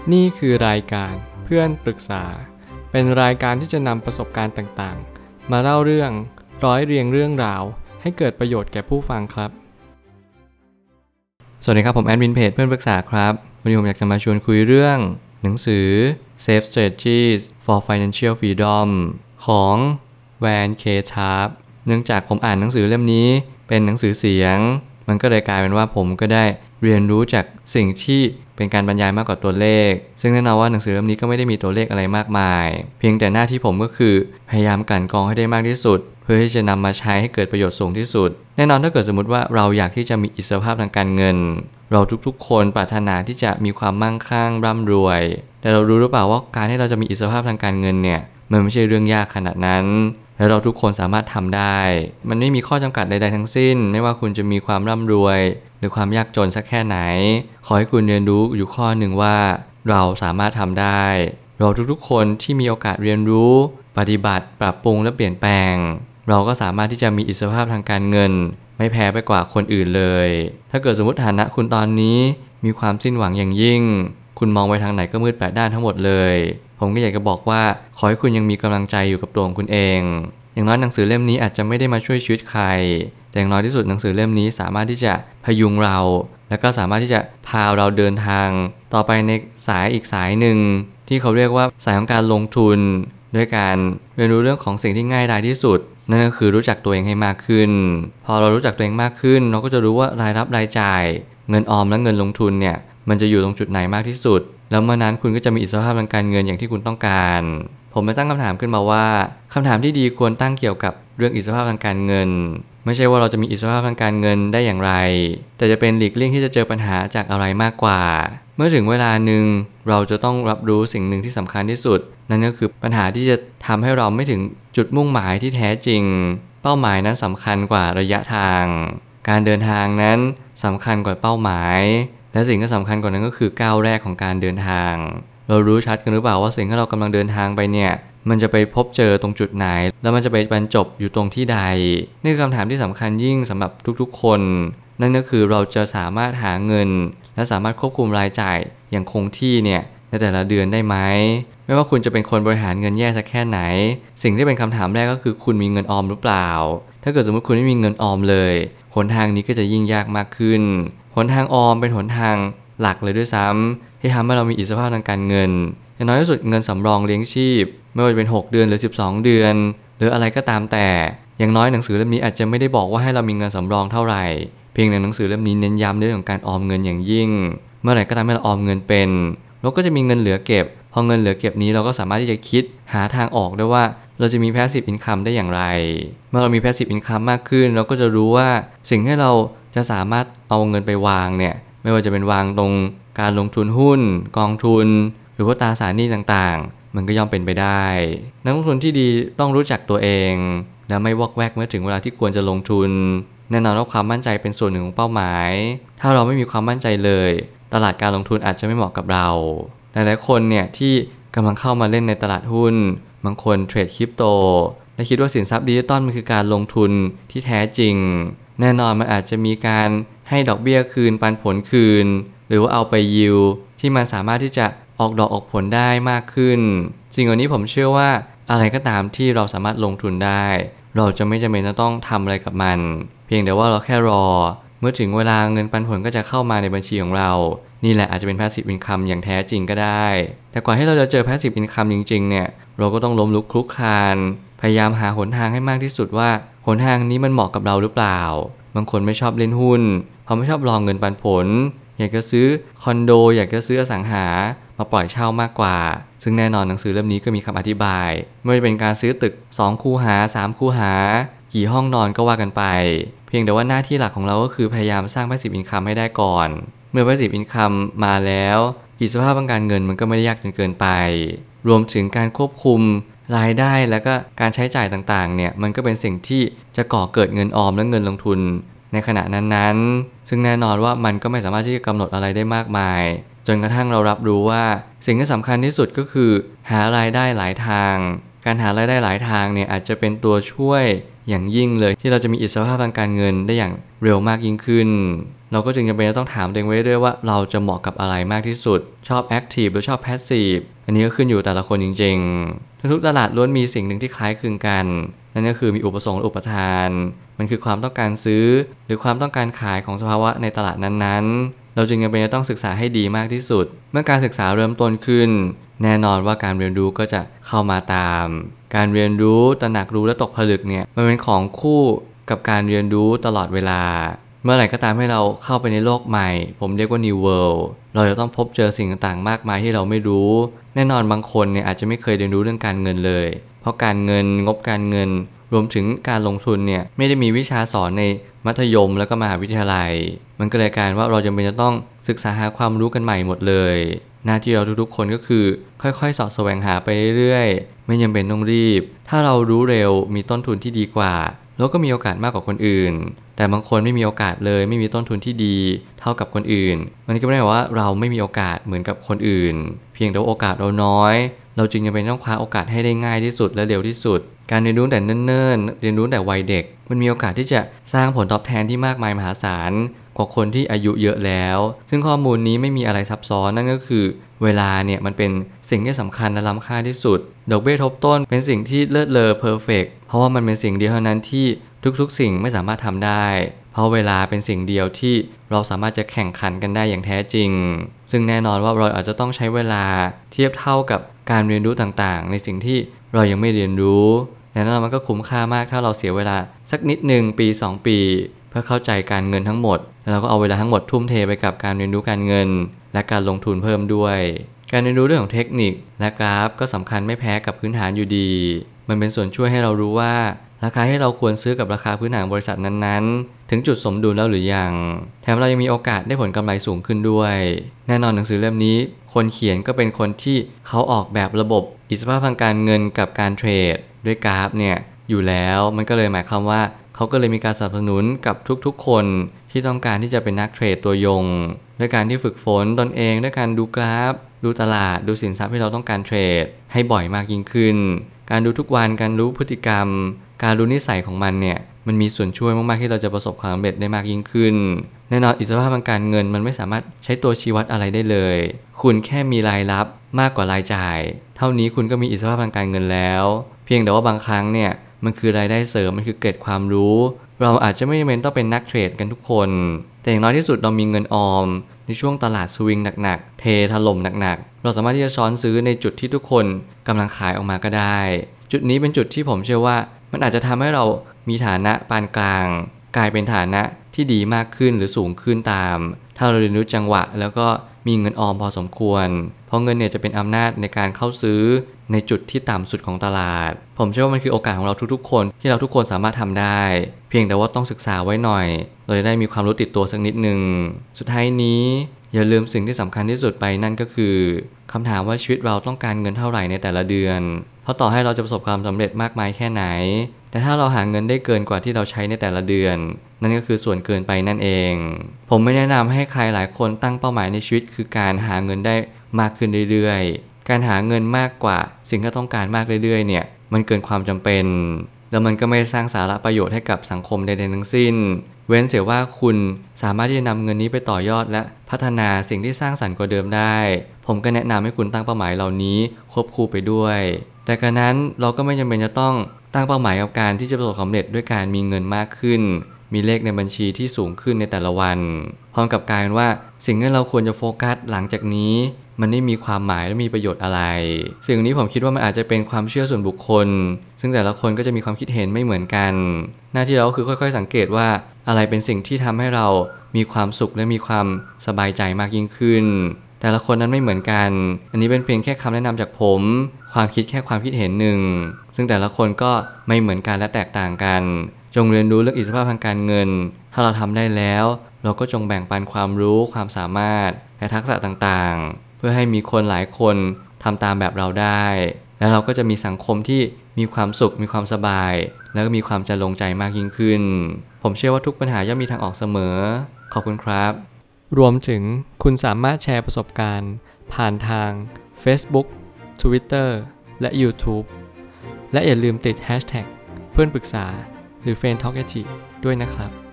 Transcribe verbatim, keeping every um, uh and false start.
นี่คือรายการเพื่อนปรึกษาเป็นรายการที่จะนำประสบการณ์ต่างๆมาเล่าเรื่องร้อยเรียงเรื่องราวให้เกิดประโยชน์แก่ผู้ฟังครับสวัสดีครับผมแอดมินเพจเพื่อนปรึกษาครับวันนี้ผมอยากจะมาชวนคุยเรื่องหนังสือ Safe Strategies for Financial Freedom ของ Van K. Sharp เนื่องจากผมอ่านหนังสือเล่มนี้เป็นหนังสือเสียงมันก็เลยกลายเป็นว่าผมก็ได้เรียนรู้จากสิ่งที่เป็นการบรรยายมากกว่าตัวเลขซึ่งแน่นอนว่าหนังสือเล่มนี้ก็ไม่ได้มีตัวเลขอะไรมากมายเพียงแต่หน้าที่ผมก็คือพยายามกลั่นกรองให้ได้มากที่สุดเพื่อที่จะนำมาใช้ให้เกิดประโยชน์สูงที่สุดแน่นอนถ้าเกิดสมมติว่าเราอยากที่จะมีอิสรภาพทางการเงินเราทุกๆคนปรารถนาที่จะมีความมั่งคั่งร่ำรวยแต่เรารู้หรือเปล่าว่าการที่เราจะมีอิสรภาพทางการเงินเนี่ยมันไม่ใช่เรื่องยากขนาดนั้นและเราทุกคนสามารถทำได้มันไม่มีข้อจำกัดใดๆทั้งสิ้นไม่ว่าคุณจะมีความร่ำรวยหรือความยากจนสักแค่ไหนขอให้คุณเรียนรู้อยู่ข้อหนึ่งว่าเราสามารถทำได้เราทุกๆคนที่มีโอกาสเรียนรู้ปฏิบัติปรับปรุงและเปลี่ยนแปลงเราก็สามารถที่จะมีอิสรภาพทางการเงินไม่แพ้ไปกว่าคนอื่นเลยถ้าเกิดสมมติฐานะคุณตอนนี้มีความสิ้นหวังอย่างยิ่งคุณมองไปทางไหนก็มืดแปดด้านทั้งหมดเลยผมก็อยากจะบอกว่าขอให้คุณยังมีกำลังใจอยู่กับตัวของคุณเองอย่างน้อยหนังสือเล่มนี้อาจจะไม่ได้มาช่วยชีวิตใครแต่อย่างน้อยที่สุดหนังสือเล่มนี้สามารถที่จะพยุงเราและก็สามารถที่จะพาเราเดินทางต่อไปในสายอีกสายหนึ่งที่เขาเรียกว่าสายของการลงทุนด้วยการเรียนรู้เรื่องของสิ่งที่ง่ายดายที่สุดนั่นก็คือรู้จักตัวเองให้มากขึ้นพอเรารู้จักตัวเองมากขึ้นเราก็จะรู้ว่ารายรับรายจ่ายเงินออมและเงินลงทุนเนี่ยมันจะอยู่ตรงจุดไหนมากที่สุดแล้วเมื่อนั้นคุณก็จะมีอิสรภาพทางการเงินอย่างที่คุณต้องการผมไปตั้งคำถามขึ้นมาว่าคำถามที่ดีควรตั้งเกี่ยวกับเรื่องอิสรภาพทางการเงินไม่ใช่ว่าเราจะมีอิสรภาพทางการเงินได้อย่างไรแต่จะเป็นหลีกเลี่ยงที่จะเจอปัญหาจากอะไรมากกว่าเมื่อถึงเวลาหนึ่งเราจะต้องรับรู้สิ่งหนึ่งที่สำคัญที่สุดนั่นก็คือปัญหาที่จะทำให้เราไม่ถึงจุดมุ่งหมายที่แท้จริงเป้าหมายนั้นสำคัญกว่าระยะทางการเดินทางนั้นสำคัญกว่าเป้าหมายและสิ่งที่สำคัญกว่านั้นก็คือก้าวแรกของการเดินทางเรารู้ชัดกันหรือเปล่าว่าสิ่งที่เรากำลังเดินทางไปเนี่ยมันจะไปพบเจอตรงจุดไหนแล้วมันจะไปบรรจบอยู่ตรงที่ใดนี่คือคำถามที่สำคัญยิ่งสำหรับทุกๆคนนั่นก็คือเราจะสามารถหาเงินและสามารถควบคุมรายจ่ายอย่างคงที่เนี่ยในแต่ละเดือนได้ไหมไม่ว่าคุณจะเป็นคนบริหารเงินแย่สักแค่ไหนสิ่งที่เป็นคำถามแรกก็คือคุณมีเงินออมหรือเปล่าถ้าเกิดสมมติคุณไม่มีเงินออมเลยหนทางนี้ก็จะยิ่งยากมากขึ้นหนทางออมเป็นหนทางหลักเลยด้วยซ้ำที่ทำให้เรามีอิสรภาพทางการเงินอย่างน้อยที่สุดเงินสำรองเลี้ยงชีพไม่ว่าจะเป็นหกเดือนหรือสิบสองเดือนหรืออะไรก็ตามแต่อย่างน้อยหนังสือเล่มนี้อาจจะไม่ได้บอกว่าให้เรามีเงินสำรองเท่าไหร่เพียงแต่หนังสือเล่มนี้เน้นย้ำเรื่องของการออมเงินอย่างยิ่งเมื่อไหร่ก็ตามที่เราออมเงินเป็นเราก็จะมีเงินเหลือเก็บพอเงินเหลือเก็บนี้เราก็สามารถที่จะคิดหาทางออกได้ว่าเราจะมี Passive Income ได้อย่างไรเมื่อเรามี Passive Income มากขึ้นเราก็จะรู้ว่าสิ่งที่เราจะสามารถเอาเงินไปวางเนี่ยไม่ว่าจะเป็นวางตรงการลงทุนหุ้นกองทุนหรือว่าตราสารหนี้ต่างๆมันก็ย่อมเป็นไปได้นักลงทุนที่ดีต้องรู้จักตัวเองและไม่วอกแวกเมื่อถึงเวลาที่ควรจะลงทุนแน่นอนว่าความมั่นใจเป็นส่วนหนึ่งของเป้าหมายถ้าเราไม่มีความมั่นใจเลยตลาดการลงทุนอาจจะไม่เหมาะกับเราหลายๆคนเนี่ยที่กำลังเข้ามาเล่นในตลาดหุ้นบางคนเทรดคริปโตและคิดว่าสินทรัพย์ดิจิตอลมันคือการลงทุนที่แท้จริงแน่นอนมันอาจจะมีการให้ดอกเบี้ยคืนปันผลคืนหรือว่าเอาไปยิวที่มันสามารถที่จะออกดอกออกผลได้มากขึ้นสิ่งเหล่านี้ผมเชื่อว่าอะไรก็ตามที่เราสามารถลงทุนได้เราจะไม่จำเป็นจะต้องทำอะไรกับมันเพียงแต่ว่าเราแค่รอเมื่อถึงเวลาเงินปันผลก็จะเข้ามาในบัญชีของเรานี่แหละอาจจะเป็น Passive Income อย่างแท้จริงก็ได้แต่กว่าที่เราจะเจอ Passive Income จริงๆเนี่ยเราก็ต้องล้มลุกคลุกคลานพยายามหาหนทางให้มากที่สุดว่าหนทางนี้มันเหมาะกับเราหรือเปล่าบางคนไม่ชอบเล่นหุ้นเพราะไม่ชอบรองเงินปันผลอยากจะซื้อคอนโดอยากจะซื้ออสังหามาปล่อยเช่ามากกว่าซึ่งแน่นอนหนังสือเล่มนี้ก็มีคำอธิบายไม่ว่าจะเป็นการซื้อตึกสองคูหาสามคูหากี่ห้องนอนก็ว่ากันไปเพียงแต่ว่าหน้าที่หลักของเราก็คือพยายามสร้าง Passive Income ให้ได้ก่อนเมื่อ Passive Income มาแล้วอิสรภาพทางการเงินมันก็ไม่ได้ยากจนเกินไปรวมถึงการควบคุมรายได้และก็การใช้จ่ายต่างๆเนี่ยมันก็เป็นสิ่งที่จะก่อเกิดเงินออมและเงินลงทุนในขณะนั้นๆซึ่งแน่นอนว่ามันก็ไม่สามารถที่จะกำหนดอะไรได้มากมายจนกระทั่งเรารับรู้ว่าสิ่งที่สำคัญที่สุดก็คือหารายได้หลายทางการหารายได้หลายทางเนี่ยอาจจะเป็นตัวช่วยอย่างยิ่งเลยที่เราจะมีอิสรภาพทางการเงินได้อย่างเร็วมากยิ่งขึ้นเราก็จึงจำเป็นต้องถามตัวเองไว้เรื่อยว่าเราจะเหมาะกับอะไรมากที่สุดชอบ Active หรือชอบ Passive อันนี้ก็ขึ้นอยู่แต่ละคนจริงๆทุกๆตลาดล้วนมีสิ่งหนึ่งที่คล้ายคลึงกันนั่นก็คือมีอุปสงค์และอุปทานมันคือความต้องการซื้อหรือความต้องการขายของสภาวะในตลาดนั้นๆเราจึงจำเป็นต้องศึกษาให้ดีมากที่สุดเมื่อการศึกษาเริ่มต้นขึ้นแน่นอนว่าการเรียนรู้ก็จะเข้ามาตามการเรียนรู้ตระหนักรู้และตกผลึกเนี่ยมันเป็นของคู่กับการเรียนรู้ตลอดเวลาเมื่อไหร่ก็ตามให้เราเข้าไปในโลกใหม่ผมเรียกว่า New World เราจะต้องพบเจอสิ่งต่างๆมากมายที่เราไม่รู้แน่นอนบางคนเนี่ยอาจจะไม่เคยเรียนรู้เรื่องการเงินเลยเพราะการเงินงบการเงินรวมถึงการลงทุนเนี่ยไม่ได้มีวิชาสอนในมัธยมแล้วก็มหาวิทยาลัยมันก็เลยกลายว่าเราจำเป็นจะต้องศึกษาหาความรู้กันใหม่หมดเลยหน้าที่เราทุกๆคนก็คือค่อยๆสอดแสวงหาไปเรื่อยๆไม่จำเป็นต้องรีบถ้าเรารู้เร็วมีต้นทุนที่ดีกว่าแล้วก็มีโอกาสมากกว่าคนอื่นแต่บางคนไม่มีโอกาสเลยไม่มีต้นทุนที่ดีเท่ากับคนอื่นมันก็ไม่ได้ว่าเราไม่มีโอกาสเหมือนกับคนอื่นเพียงแต่ว่าโอกาสเราน้อยเราจึงจำเป็นต้องคว้าโอกาสให้ได้ง่ายที่สุดและเร็วที่สุดการเรียนรู้แต่เนิ่นๆเรียนรู้แต่วัยเด็กมันมีโอกาสที่จะสร้างผลตอบแทนที่มากมายมหาศาลกว่าคนที่อายุเยอะแล้วซึ่งข้อมูลนี้ไม่มีอะไรซับซ้อนนั่นก็คือเวลาเนี่ยมันเป็นสิ่งที่สำคัญและล้ำค่าที่สุดดอกเบี้ยทบต้นเป็นสิ่งที่เลิศเลอเพอร์เฟกต์เพราะว่ามันเป็นสิ่งเดียวเท่านั้นที่ทุกๆสิ่งไม่สามารถทำได้เพราะเวลาเป็นสิ่งเดียวที่เราสามารถจะแข่งขันกันได้อย่างแท้จริงซึ่งแน่นอนว่าเราอาจจะต้องใช้เวลาเทียบเท่ากับการเรียนรู้ต่างๆในสิ่งที่เรายังไม่เรียนรู้และนั่นมันก็คุ้มค่ามากถ้าเราเสียเวลาสักนิดหนึ่งปีสองปีเพื่อเข้าใจการเงินทั้งหมดแล้วเราก็เอาเวลาทั้งหมดทุ่มเทไปกับการเรียนรู้การเงินและการลงทุนเพิ่มด้วยการเรียนรู้เรื่องของเทคนิคและกราฟก็สำคัญไม่แพ้กับพื้นฐานอยู่ดีมันเป็นส่วนช่วยให้เรารู้ว่าราคาที่เราควรซื้อกับราคาพื้นฐานบริษัทนั้นๆถึงจุดสมดุลแล้วหรือยังแถมเรายังมีโอกาสได้ผลกำไรสูงขึ้นด้วยแน่นอนหนังสือเล่มนี้คนเขียนก็เป็นคนที่เขาออกแบบระบบอิสรภาพทางการเงินกับการเทรดด้วยกราฟเนี่ยอยู่แล้วมันก็เลยหมายความว่าเขาก็เลยมีการสนับสนุนกับทุกๆคนที่ต้องการที่จะเป็นนักเทรดตัวยงด้วยการที่ฝึกฝนตนเองด้วยการดูกราฟดูตลาดดูสินทรัพย์ที่เราต้องการเทรดให้บ่อยมากยิ่งขึ้นการดูทุกวันการรู้พฤติกรรมการรู้นิสัยของมันเนี่ยมันมีส่วนช่วยมากๆที่เราจะประสบความสำเร็จได้มากยิ่งขึ้นแน่นอนอิสรภาพทางการเงินมันไม่สามารถใช้ตัวชี้วัดอะไรได้เลยคุณแค่มีรายรับมากกว่ารายจ่ายเท่านี้คุณก็มีอิสรภาพทางการเงินแล้วเพียงแต่ว่าบางครั้งเนี่ยมันคือรายได้เสริมมันคือเกร็ดความรู้เราอาจจะไม่จำเป็นต้องเป็นนักเทรดกันทุกคนแต่อย่างน้อยที่สุดเรามีเงินออมในช่วงตลาดสวิงหนักๆเทถล่มหนักๆเราสามารถที่จะช้อนซื้อในจุดที่ทุกคนกำลังขายออกมาก็ได้จุดนี้เป็นจุดที่ผมเชื่อว่ามันอาจจะทำให้เรามีฐานะปานกลางกลายเป็นฐานะที่ดีมากขึ้นหรือสูงขึ้นตามถ้าเราเรียนรู้จังหวะแล้วก็มีเงินออมพอสมควรเพราะเงินเนี่ยจะเป็นอำนาจในการเข้าซื้อในจุดที่ต่ำสุดของตลาดผมเชื่อว่ามันคือโอกาสของเราทุกๆคนที่เราทุกคนสามารถทำได้เพียงแต่ว่าต้องศึกษาไว้หน่อยเราจะได้มีความรู้ติดตัวสักนิดนึงสุดท้ายนี้อย่าลืมสิ่งที่สำคัญที่สุดไปนั่นก็คือคำถามว่าชีวิตเราต้องการเงินเท่าไหร่ในแต่ละเดือนเพราะต่อให้เราจะประสบความสำเร็จมากมายแค่ไหนแต่ถ้าเราหาเงินได้เกินกว่าที่เราใช้ในแต่ละเดือนนั่นก็คือส่วนเกินไปนั่นเองผมไม่แนะนำให้ใครหลายคนตั้งเป้าหมายในชีวิตคือการหาเงินได้มากขึ้นเรื่อยๆการหาเงินมากกว่าสิ่งที่ต้องการมากเรื่อยๆเนี่ยมันเกินความจำเป็นแล้วมันก็ไม่สร้างสาระประโยชน์ให้กับสังคมใดๆทั้งสิ้นเว้นเสียว่าคุณสามารถที่จะนำเงินนี้ไปต่อยอดและพัฒนาสิ่งที่สร้างสรรค์กว่าเดิมได้ผมก็แนะนำให้คุณตั้งเป้าหมายเหล่านี้ควบคู่ไปด้วยแต่การนั้นเราก็ไม่จำเป็นจะต้องตั้งเป้าหมายกับการที่จะประสบความสำเร็จด้วยการมีเงินมากขึ้นมีเลขในบัญชีที่สูงขึ้นในแต่ละวันพร้อมกับการว่าสิ่งที่เราควรจะโฟกัสหลังจากนี้มันไม่มีความหมายและมีประโยชน์อะไรสิ่งนี้ผมคิดว่ามันอาจจะเป็นความเชื่อส่วนบุคคลซึ่งแต่ละคนก็จะมีความคิดเห็นไม่เหมือนกันหน้าที่เราก็คือค่อยๆสังเกตว่าอะไรเป็นสิ่งที่ทำให้เรามีความสุขและมีความสบายใจมากยิ่งขึ้นแต่ละคนนั้นไม่เหมือนกันอันนี้เป็นเพียงแค่คำแนะนำจากผมความคิดแค่ความคิดเห็นหนึ่งซึ่งแต่ละคนก็ไม่เหมือนกันและแตกต่างกันจงเรียนรู้เรื่องอิสรภาพทางการเงินถ้าเราทำได้แล้วเราก็จงแบ่งปันความรู้ความสามารถและทักษะต่างๆเพื่อให้มีคนหลายคนทำตามแบบเราได้แล้วเราก็จะมีสังคมที่มีความสุขมีความสบายแล้วก็มีความจะลงใจมากยิ่งขึ้นผมเชื่อว่าทุกปัญหาย่อมมีทางออกเสมอขอบคุณครับรวมถึงคุณสามารถแชร์ประสบการณ์ผ่านทาง Facebook Twitter และ YouTube และอย่าลืมติด แฮชแท็ก เพื่อนปรึกษาหรือ Friend Talkative ด้วยนะครับ